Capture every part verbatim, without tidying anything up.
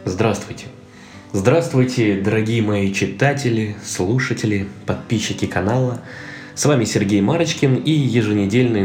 Здравствуйте. Здравствуйте, дорогие мои читатели, слушатели, подписчики канала. С вами Сергей Марочкин и еженедельный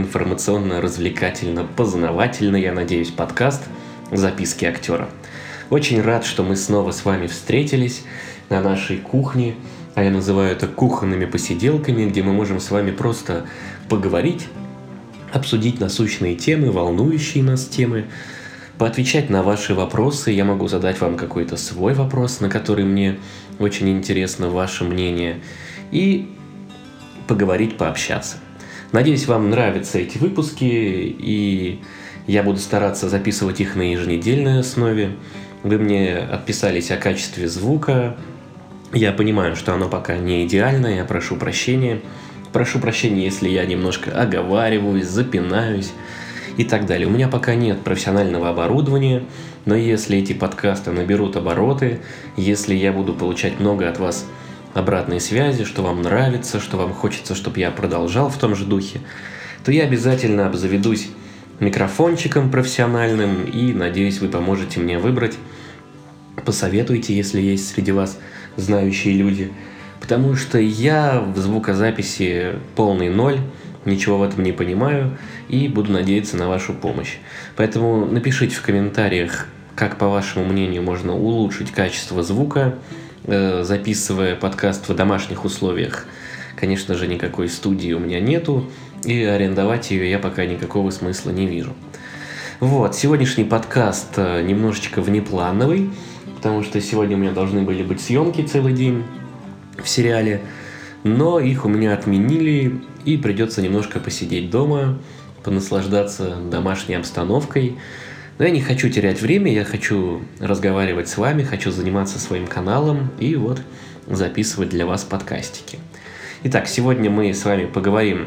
информационно-развлекательно-познавательный, я надеюсь, подкаст «Записки актера». Очень рад, что мы снова с вами встретились на нашей кухне, а я называю это кухонными посиделками, где мы можем с вами просто поговорить, обсудить насущные темы, волнующие нас темы, поотвечать на ваши вопросы. Я могу задать вам какой-то свой вопрос, на который мне очень интересно ваше мнение, и поговорить, пообщаться. Надеюсь, вам нравятся эти выпуски, и я буду стараться записывать их на еженедельной основе. Вы мне отписались о качестве звука. Я понимаю, что оно пока не идеальное, я прошу прощения. Прошу прощения, если я немножко оговариваюсь, запинаюсь и так далее. У меня пока нет профессионального оборудования, но если эти подкасты наберут обороты, если я буду получать много от вас обратной связи, что вам нравится, что вам хочется, чтобы я продолжал в том же духе, то я обязательно обзаведусь микрофончиком профессиональным, и, надеюсь, вы поможете мне выбрать. Посоветуйте, если есть среди вас знающие люди, потому что я в звукозаписи полный ноль, ничего в этом не понимаю, и буду надеяться на вашу помощь. Поэтому напишите в комментариях, как, по вашему мнению, можно улучшить качество звука, э, записывая подкаст в домашних условиях. Конечно же, никакой студии у меня нету, и арендовать ее я пока никакого смысла не вижу. Вот, сегодняшний подкаст немножечко внеплановый, потому что сегодня у меня должны были быть съемки целый день в сериале, но их у меня отменили, и придется немножко посидеть дома, понаслаждаться домашней обстановкой. Но я не хочу терять время, я хочу разговаривать с вами, хочу заниматься своим каналом и вот записывать для вас подкастики. Итак, сегодня мы с вами поговорим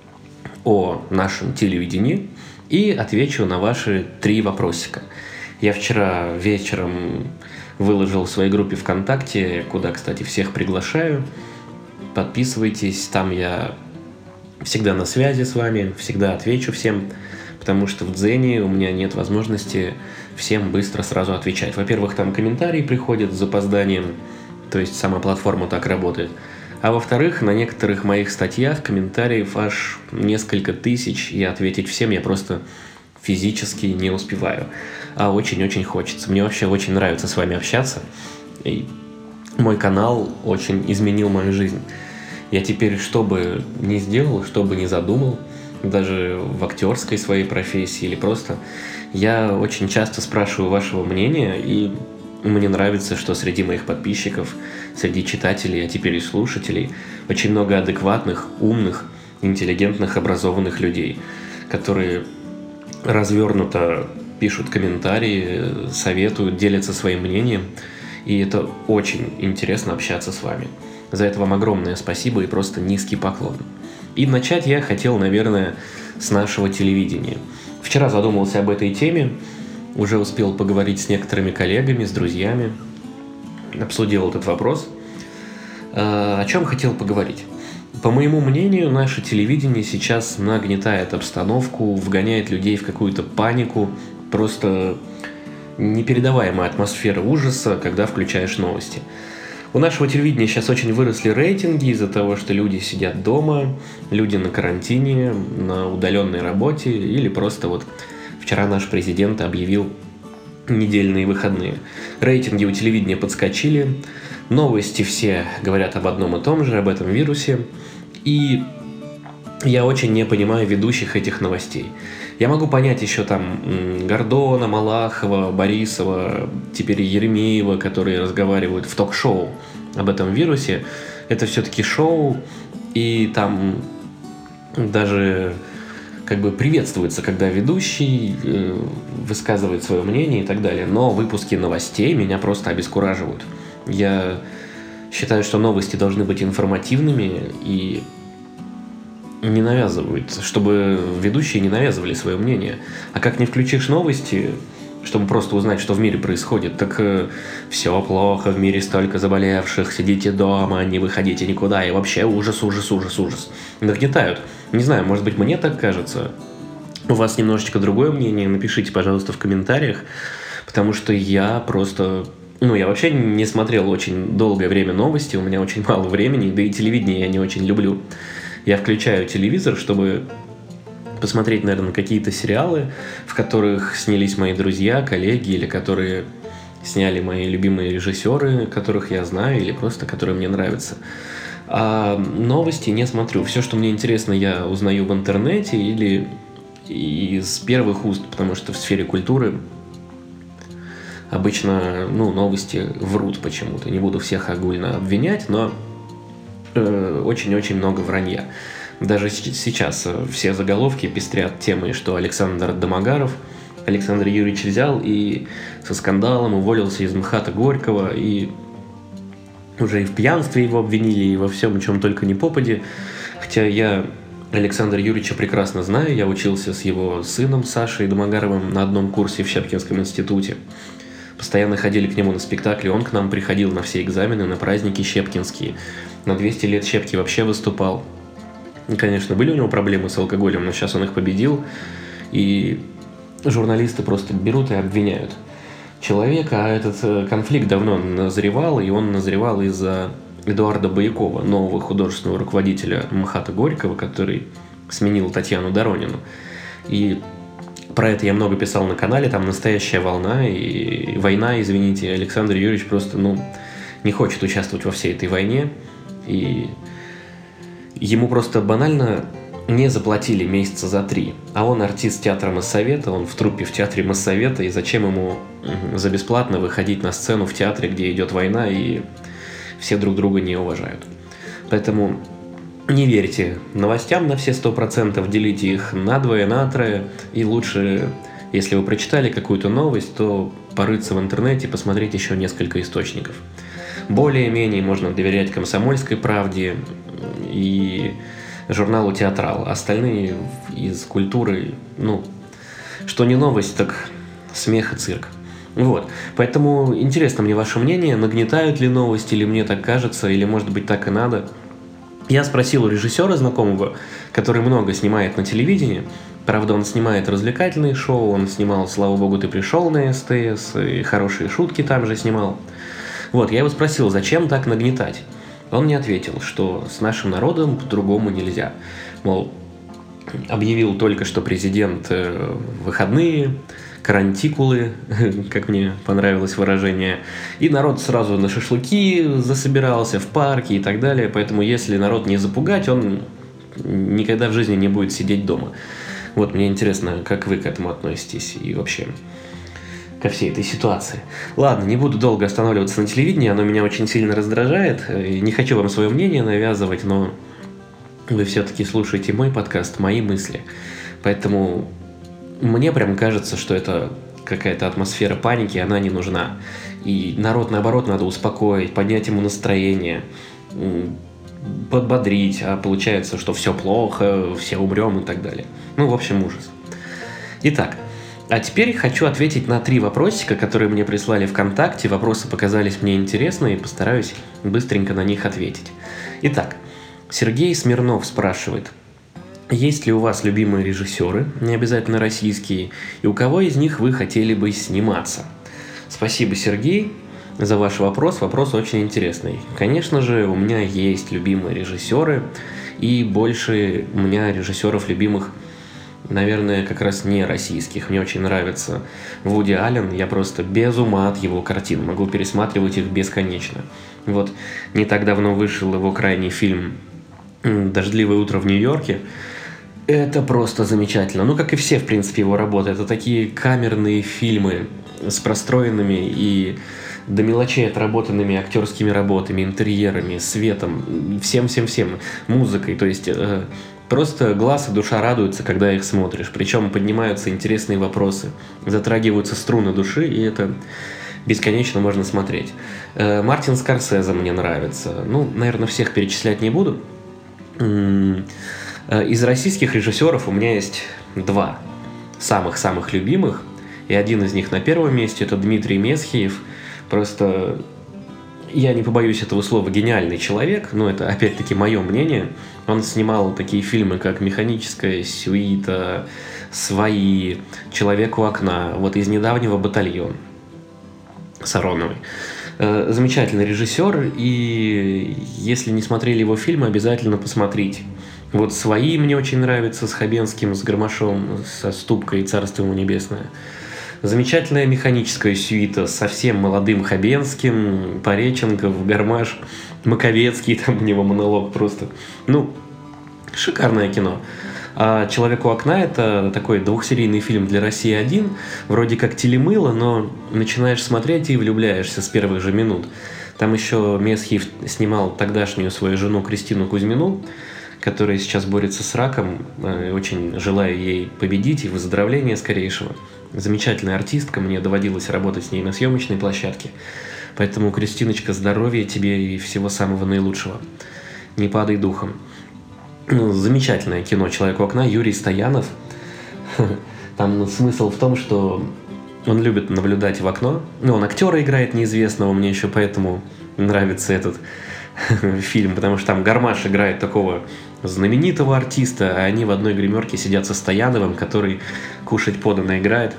о нашем телевидении и отвечу на ваши три вопросика. Я вчера вечером выложил в своей группе ВКонтакте, куда, кстати, всех приглашаю. Подписывайтесь, там я всегда на связи с вами, всегда отвечу всем, потому что в Дзене у меня нет возможности всем быстро сразу отвечать. Во-первых, там комментарии приходят с запозданием, то есть сама платформа так работает. А во-вторых, на некоторых моих статьях комментариев аж несколько тысяч, и ответить всем я просто физически не успеваю. А очень-очень хочется. Мне вообще очень нравится с вами общаться. И мой канал очень изменил мою жизнь. Я теперь, что бы ни сделал, что бы ни задумал, даже в актерской своей профессии или просто, я очень часто спрашиваю вашего мнения, и мне нравится, что среди моих подписчиков, среди читателей, а теперь и слушателей, очень много адекватных, умных, интеллигентных, образованных людей, которые развернуто пишут комментарии, советуют, делятся своим мнением, и это очень интересно общаться с вами. За это вам огромное спасибо и просто низкий поклон. И начать я хотел, наверное, с нашего телевидения. Вчера задумался об этой теме, уже успел поговорить с некоторыми коллегами, с друзьями, обсудил этот вопрос. О чем хотел поговорить? По моему мнению, наше телевидение сейчас нагнетает обстановку, вгоняет людей в какую-то панику, просто непередаваемая атмосфера ужаса, когда включаешь новости. У нашего телевидения сейчас очень выросли рейтинги из-за того, что люди сидят дома, люди на карантине, на удаленной работе, или просто вот вчера наш президент объявил недельные выходные. Рейтинги у телевидения подскочили, новости все говорят об одном и том же, об этом вирусе, и я очень не понимаю ведущих этих новостей. Я могу понять еще там Гордона, Малахова, Борисова, теперь Еремеева, которые разговаривают в ток-шоу об этом вирусе. Это все-таки шоу, и там даже как бы приветствуется, когда ведущий э, высказывает свое мнение и так далее. Но выпуски новостей меня просто обескураживают. Я считаю, что новости должны быть информативными и не навязывают, чтобы ведущие не навязывали свое мнение. А как не включишь новости, чтобы просто узнать, что в мире происходит, так э, все плохо, в мире столько заболевших, сидите дома, не выходите никуда, и вообще ужас, ужас, ужас, ужас. Нагнетают. Не знаю, может быть, мне так кажется. У вас немножечко другое мнение, напишите, пожалуйста, в комментариях, потому что я просто Ну, я вообще не смотрел очень долгое время новости, у меня очень мало времени, да и телевидение я не очень люблю. Я включаю телевизор, чтобы посмотреть, наверное, какие-то сериалы, в которых снялись мои друзья, коллеги, или которые сняли мои любимые режиссеры, которых я знаю, или просто которые мне нравятся. А новости не смотрю. Все, что мне интересно, я узнаю в интернете или из первых уст, потому что в сфере культуры обычно, ну, новости врут почему-то. Не буду всех огульно обвинять, но э, очень-очень много вранья. Даже сейчас все заголовки пестрят темой, что Александр Домогаров, Александр Юрьевич взял и со скандалом уволился из МХАТа Горького, и уже и в пьянстве его обвинили, и во всем, чем только не попади. Хотя я Александра Юрьевича прекрасно знаю, я учился с его сыном Сашей Домогаровым на одном курсе в Щепкинском институте. Постоянно ходили к нему на спектакли, он к нам приходил на все экзамены, на праздники щепкинские. На двести лет Щепки вообще выступал. И, конечно, были у него проблемы с алкоголем, но сейчас он их победил, и журналисты просто берут и обвиняют человека, а этот конфликт давно назревал, и он назревал из-за Эдуарда Боякова, нового художественного руководителя МХАТа Горького, который сменил Татьяну Доронину. И про это я много писал на канале, там настоящая волна, и война, извините, Александр Юрьевич просто, ну, не хочет участвовать во всей этой войне, и ему просто банально не заплатили месяца за три. А он артист театра Моссовета, он в труппе в театре Моссовета, и зачем ему за бесплатно выходить на сцену в театре, где идет война, и все друг друга не уважают. Поэтому не верьте новостям на все сто процентов, делите их надвое, натрое, и лучше, если вы прочитали какую-то новость, то порыться в интернете и посмотреть еще несколько источников. Более-менее можно доверять «Комсомольской правде» и журналу «Театрал». Остальные из культуры, ну, что не новость, так смех и цирк. Вот. Поэтому интересно мне ваше мнение, нагнетают ли новости, или мне так кажется, или, может быть, так и надо. Я спросил у режиссера знакомого, который много снимает на телевидении. Правда, он снимает развлекательные шоу, он снимал «Слава богу, ты пришел» на СТС, и «Хорошие шутки» там же снимал. Вот, я его спросил, зачем так нагнетать? Он мне ответил, что с нашим народом по-другому нельзя. Мол, объявил только что президент выходные, карантикулы, как мне понравилось выражение, и народ сразу на шашлыки засобирался, в парке и так далее. Поэтому если народ не запугать, он никогда в жизни не будет сидеть дома. Вот, мне интересно, как вы к этому относитесь и вообще ко всей этой ситуации. Ладно, не буду долго останавливаться на телевидении, оно меня очень сильно раздражает. Не хочу вам свое мнение навязывать, но вы все-таки слушаете мой подкаст, мои мысли. Поэтому мне прям кажется, что это какая-то атмосфера паники, она не нужна. И народ, наоборот, надо успокоить, поднять ему настроение, подбодрить, а получается, что все плохо, все умрем и так далее. Ну, в общем, ужас. Итак, а теперь хочу ответить на три вопросика, которые мне прислали ВКонтакте. Вопросы показались мне интересны, и постараюсь быстренько на них ответить. Итак, Сергей Смирнов спрашивает: есть ли у вас любимые режиссеры, не обязательно российские, и у кого из них вы хотели бы сниматься? Спасибо, Сергей, за ваш вопрос. Вопрос очень интересный. Конечно же, у меня есть любимые режиссеры, и больше у меня режиссеров любимых, наверное, как раз не российских. Мне очень нравится Вуди Аллен, я просто без ума от его картин, могу пересматривать их бесконечно. Вот, не так давно вышел его крайний фильм «Дождливое утро в Нью-Йорке». Это просто замечательно. Ну, как и все, в принципе, его работы. Это такие камерные фильмы с простроенными и до мелочей отработанными актерскими работами, интерьерами, светом, всем-всем-всем, музыкой. То есть э, просто глаз и душа радуются, когда их смотришь. Причем поднимаются интересные вопросы, затрагиваются струны души, и это бесконечно можно смотреть. Э, Мартин Скорсезе мне нравится. Ну, наверное, всех перечислять не буду. Из российских режиссеров у меня есть два самых-самых любимых, и один из них на первом месте — это Дмитрий Месхиев. Просто я не побоюсь этого слова, гениальный человек, но это опять-таки мое мнение. Он снимал такие фильмы, как «Механическая сюита», «Свои», «Человек у окна», вот из недавнего «Батальон». с Ароновой. Замечательный режиссер, и если не смотрели его фильмы, обязательно посмотрите. Вот «Свои» мне очень нравится, с Хабенским, с Гармашом, со Ступкой, «Царство ему небесное». Замечательная механическая сюита с совсем молодым Хабенским, Пореченков, Гармаш, Маковецкий, там у него монолог просто. Ну, шикарное кино. А «Человек у окна» — это такой двухсерийный фильм для России один, вроде как телемыло, но начинаешь смотреть и влюбляешься с первых же минут. Там еще Месхиев снимал тогдашнюю свою жену Кристину Кузьмину, которая сейчас борется с раком, очень желаю ей победить и выздоровления скорейшего. Замечательная артистка, мне доводилось работать с ней на съемочной площадке, поэтому, Кристиночка, здоровья тебе и всего самого наилучшего. Не падай духом. Ну, замечательное кино «Человек у окна», Юрий Стоянов. Там смысл в том, что он любит наблюдать в окно. Ну, он актера играет неизвестного, мне еще поэтому нравится этот фильм, потому что там Гармаш играет такого знаменитого артиста, а они в одной гримерке сидят со Стояновым, который кушать подано играет.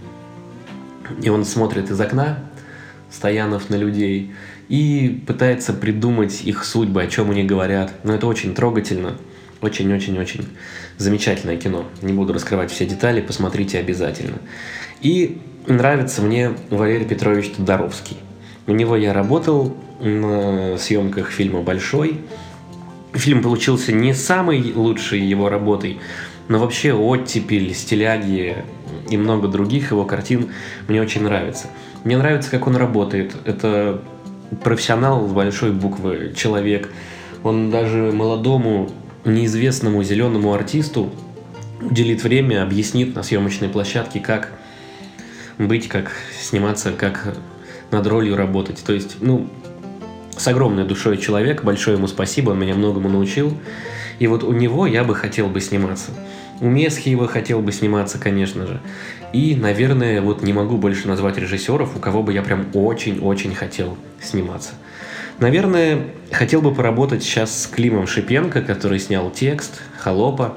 И он смотрит из окна, Стоянов, на людей, и пытается придумать их судьбы, о чем они говорят. Но это очень трогательно. Очень-очень-очень замечательное кино. Не буду раскрывать все детали, посмотрите обязательно. И нравится мне Валерий Петрович Тодоровский. У него я работал на съемках фильма «Большой». Фильм получился не самой лучшей его работой, но вообще «Оттепель», «Стиляги» и много других его картин мне очень нравятся. Мне нравится, как он работает. Это профессионал с большой буквы, человек. Он даже молодому, неизвестному зеленому артисту уделит время, объяснит на съемочной площадке, как быть, как сниматься, как над ролью работать. То есть, ну, с огромной душой человек, большое ему спасибо, он меня многому научил. И вот у него я бы хотел бы сниматься. У Месхиева хотел бы сниматься, конечно же. И, наверное, вот не могу больше назвать режиссеров, у кого бы я прям очень-очень хотел сниматься. Наверное, хотел бы поработать сейчас с Климом Шипенко, который снял «Текст», «Холопа».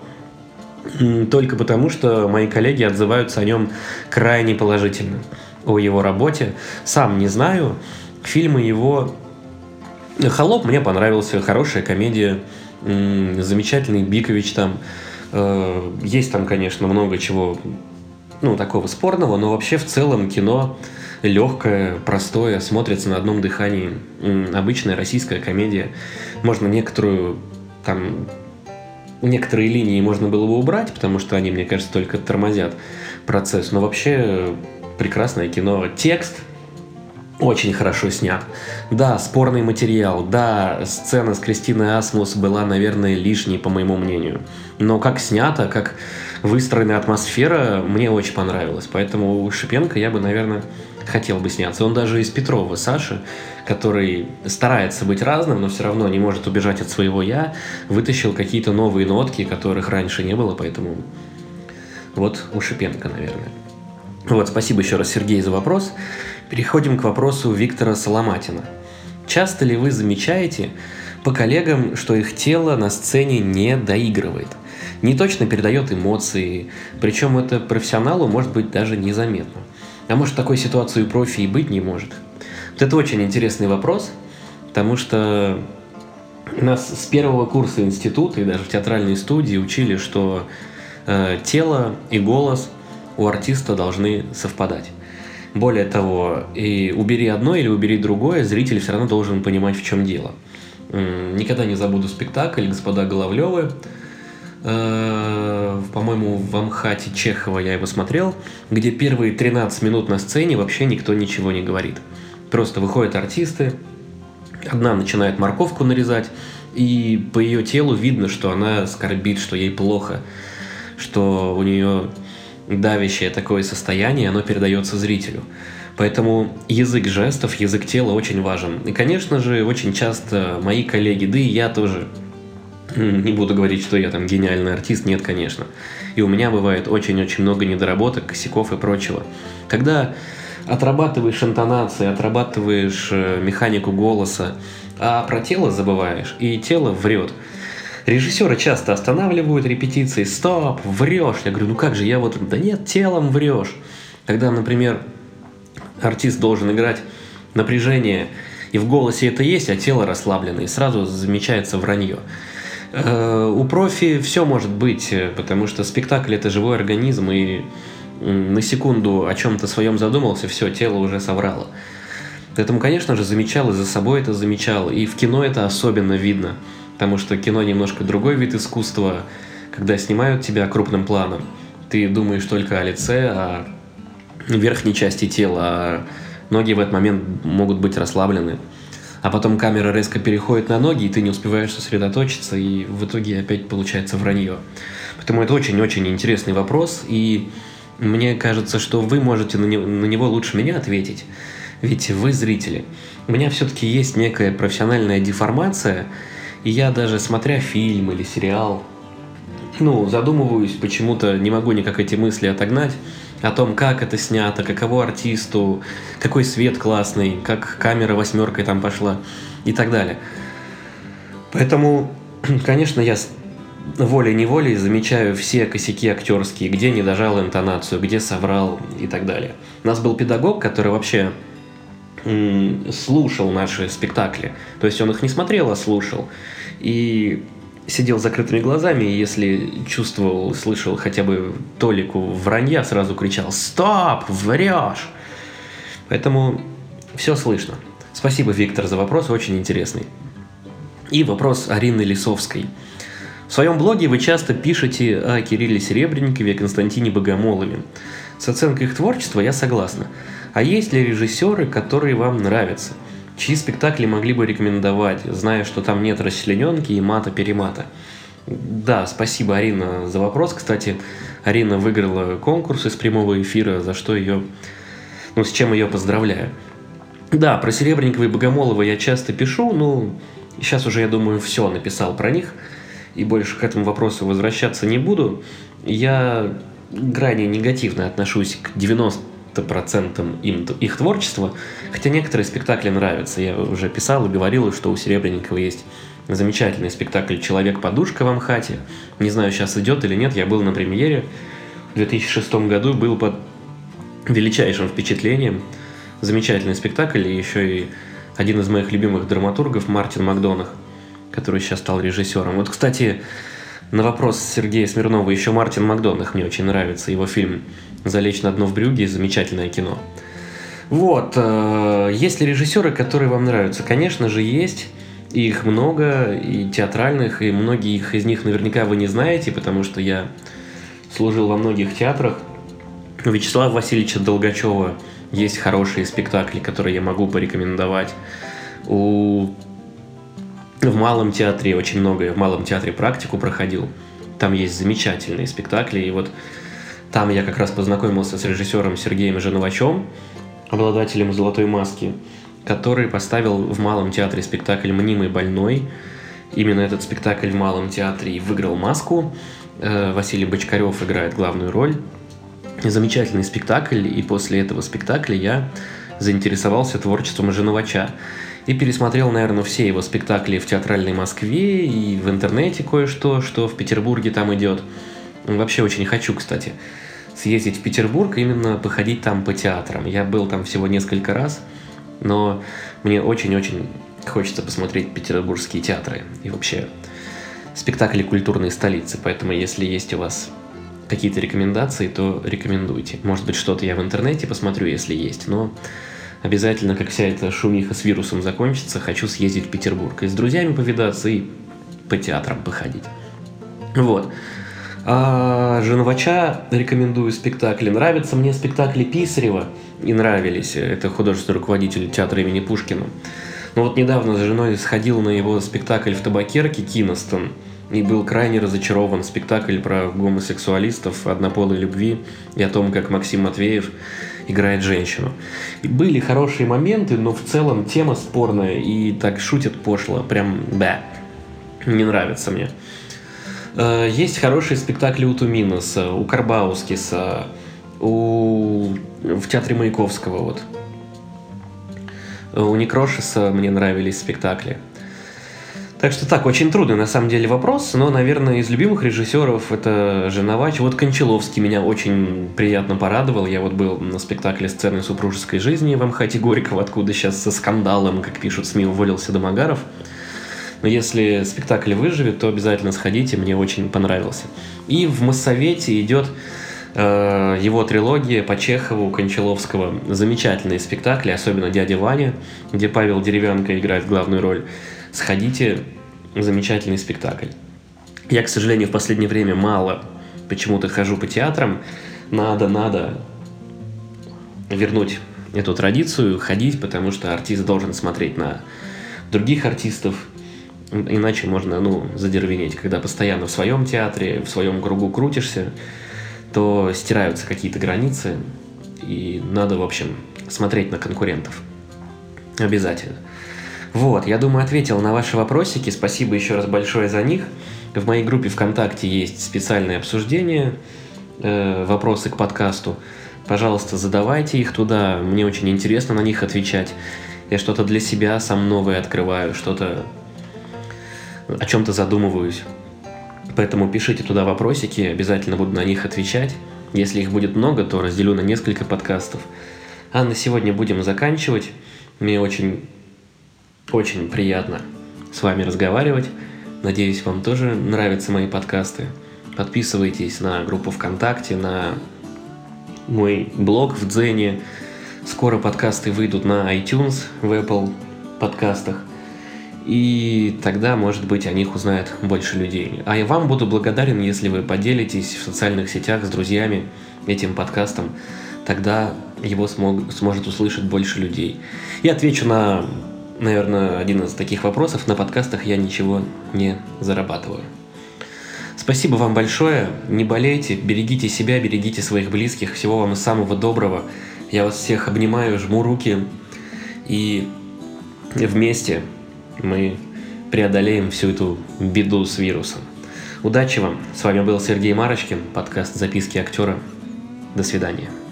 Только потому, что мои коллеги отзываются о нем крайне положительно, о его работе. Сам не знаю. Фильмы его... «Холоп» мне понравился, хорошая комедия, замечательный Бикович там. Есть там, конечно, много чего, ну, такого спорного, но вообще в целом кино легкое, простое, смотрится на одном дыхании. Обычная российская комедия. Можно некоторую, там, некоторые линии можно было бы убрать, потому что они, мне кажется, только тормозят процесс. Но вообще прекрасное кино. Текст очень хорошо снят. Да, спорный материал. Да, сцена с Кристиной Асмус была, наверное, лишней, по моему мнению. Но как снято, как выстроена атмосфера, мне очень понравилось. Поэтому у Шипенко я бы, наверное, хотел бы сняться. Он даже из Петрова Саши, который старается быть разным, но все равно не может убежать от своего «я», вытащил какие-то новые нотки, которых раньше не было, поэтому вот у Шипенко, наверное. Вот, спасибо еще раз, Сергей, за вопрос. Переходим к вопросу Виктора Соломатина. Часто ли вы замечаете по коллегам, что их тело на сцене не доигрывает, не точно передает эмоции, причем это профессионалу может быть даже незаметно? А может, такой ситуации у профи и быть не может? Вот это очень интересный вопрос, потому что нас с первого курса института и даже в театральной студии учили, что э, тело и голос у артиста должны совпадать. Более того, и убери одно или убери другое, зритель все равно должен понимать, в чем дело. Никогда не забуду спектакль «Господа Головлевы». По-моему, в Амхате Чехова я его смотрел, где первые тринадцать минут на сцене вообще никто ничего не говорит. Просто выходят артисты, одна начинает морковку нарезать, и по ее телу видно, что она скорбит, что ей плохо, что у нее давящее такое состояние, оно передается зрителю. Поэтому язык жестов, язык тела очень важен. И, конечно же, очень часто мои коллеги, да и я тоже, не буду говорить, что я там гениальный артист, нет, конечно. И у меня бывает очень-очень много недоработок, косяков и прочего. Когда отрабатываешь интонации, отрабатываешь механику голоса, а про тело забываешь, и тело врет. Режиссеры часто останавливают репетиции. Стоп, врешь. Я говорю, ну как же, я вот... Да нет, телом врешь. Когда, например, артист должен играть напряжение, и в голосе это есть, а тело расслаблено, и сразу замечается вранье. У профи все может быть, потому что спектакль — это живой организм, и на секунду о чем-то своем задумался, все, тело уже соврало. Поэтому, конечно же, замечал, и за собой это замечал, и в кино это особенно видно, потому что кино немножко другой вид искусства, когда снимают тебя крупным планом, ты думаешь только о лице, о верхней части тела, а ноги в этот момент могут быть расслаблены. А потом камера резко переходит на ноги, и ты не успеваешь сосредоточиться, и в итоге опять получается вранье. Поэтому это очень-очень интересный вопрос, и мне кажется, что вы можете на него лучше меня ответить, ведь вы зрители. У меня все-таки есть некая профессиональная деформация, и я даже, смотря фильм или сериал, ну, задумываюсь, почему-то не могу никак эти мысли отогнать, о том, как это снято, каково артисту, какой свет классный, как камера восьмеркой там пошла и так далее. Поэтому, конечно, я волей-неволей замечаю все косяки актерские, где не дожал интонацию, где соврал и так далее. У нас был педагог, который вообще м- слушал наши спектакли. То есть он их не смотрел, а слушал. И сидел с закрытыми глазами, и если чувствовал, слышал хотя бы толику вранья, сразу кричал: «Стоп! Врешь!» Поэтому все слышно. Спасибо, Виктор, за вопрос, очень интересный. И вопрос Арины Лисовской. В своем блоге вы часто пишете о Кирилле Серебренникове и Константине Богомолове. С оценкой их творчества я согласна. А есть ли режиссеры, которые вам нравятся? Чьи спектакли могли бы рекомендовать, зная, что там нет расчлененки и мата-перемата? Да, спасибо, Арина, за вопрос. Кстати, Арина выиграла конкурс из прямого эфира, за что ее, ну, с чем ее поздравляю. Да, про Серебренникова и Богомолова я часто пишу, ну, сейчас уже, я думаю, все написал про них, и больше к этому вопросу возвращаться не буду. Я крайне негативно отношусь к девяноста процентам им, их творчества, хотя некоторые спектакли нравятся. Я уже писал и говорил, что у Серебренникова есть замечательный спектакль «Человек-подушка» в Амхате. Не знаю, сейчас идет или нет, я был на премьере в две тысячи шестом году, был под величайшим впечатлением. Замечательный спектакль, и еще и один из моих любимых драматургов Мартин Макдонах, который сейчас стал режиссером. Вот, кстати, на вопрос Сергея Смирнова, еще Мартин Макдонах мне очень нравится, его фильм «Залечь на дно в брюге», замечательное кино. Вот, э, есть ли режиссеры, которые вам нравятся? Конечно же, есть, и их много, и театральных, и многие из них наверняка вы не знаете, потому что я служил во многих театрах. У Вячеслава Васильевича Долгачева есть хорошие спектакли, которые я могу порекомендовать. У... В Малом театре очень много, я в Малом театре практику проходил. Там есть замечательные спектакли, и вот там я как раз познакомился с режиссером Сергеем Женовачем, обладателем «Золотой маски», который поставил в Малом театре спектакль «Мнимый больной». Именно этот спектакль в Малом театре и выиграл «Маску». Василий Бочкарев играет главную роль. Замечательный спектакль, и после этого спектакля я заинтересовался творчеством Женовача и пересмотрел, наверное, все его спектакли в театральной Москве и в интернете кое-что, что в Петербурге там идет. Вообще очень хочу, кстати, съездить в Петербург, именно походить там по театрам. Я был там всего несколько раз, но мне очень-очень хочется посмотреть петербургские театры и вообще спектакли культурной столицы. Поэтому, если есть у вас какие-то рекомендации, то рекомендуйте. Может быть, что-то я в интернете посмотрю, если есть, но обязательно, как вся эта шумиха с вирусом закончится, хочу съездить в Петербург и с друзьями повидаться, и по театрам походить. Вот. А Женовача рекомендую спектакли. Нравятся мне спектакли Писарева, и нравились. Это художественный руководитель театра имени Пушкина. Но вот недавно с женой сходил на его спектакль в Табакерке «Киностон» и был крайне разочарован. Спектакль про гомосексуалистов, однополой любви и о том, как Максим Матвеев играет женщину. И были хорошие моменты, но в целом тема спорная и так шутят пошло. Прям да, не нравится мне. Есть хорошие спектакли у Туминаса, у Карбаускиса, у... в театре Маяковского. Вот. У Некрошиса мне нравились спектакли. Так что так, очень трудный на самом деле вопрос, но, наверное, из любимых режиссеров это Женовач. Вот Кончаловский меня очень приятно порадовал. Я вот был на спектакле «Сцены супружеской жизни» в МХАТе Горького, откуда сейчас со скандалом, как пишут СМИ, уволился Домогаров. Но если спектакль выживет, то обязательно сходите, мне очень понравился. И в Моссовете идет э, его трилогия по Чехову, Кончаловского. Замечательные спектакли, особенно «Дядя Ваня», где Павел Деревянко играет главную роль. Сходите, замечательный спектакль. Я, к сожалению, в последнее время мало почему-то хожу по театрам. Надо, надо вернуть эту традицию, ходить, потому что артист должен смотреть на других артистов, иначе можно, ну, задервенеть. Когда постоянно в своем театре, в своем кругу крутишься, то стираются какие-то границы, и надо, в общем, смотреть на конкурентов. Обязательно. Вот, я думаю, ответил на ваши вопросики. Спасибо еще раз большое за них. В моей группе ВКонтакте есть специальное обсуждение, э, вопросы к подкасту. Пожалуйста, задавайте их туда. Мне очень интересно на них отвечать. Я что-то для себя сам новое открываю, что-то о чем-то задумываюсь. Поэтому пишите туда вопросики, обязательно буду на них отвечать. Если их будет много, то разделю на несколько подкастов. А на сегодня будем заканчивать. Мне очень... Очень приятно с вами разговаривать. Надеюсь, вам тоже нравятся мои подкасты. Подписывайтесь на группу ВКонтакте, на мой блог в Дзене. Скоро подкасты выйдут на iTunes, в Apple подкастах. И тогда, может быть, о них узнает больше людей. А я вам буду благодарен, если вы поделитесь в социальных сетях с друзьями этим подкастом. Тогда его смог, сможет услышать больше людей. Я отвечу на... Наверное, один из таких вопросов. На подкастах я ничего не зарабатываю. Спасибо вам большое. Не болейте, берегите себя, берегите своих близких. Всего вам самого доброго. Я вас всех обнимаю, жму руки. И вместе мы преодолеем всю эту беду с вирусом. Удачи вам. С вами был Сергей Марочкин, подкаст «Записки актера». До свидания.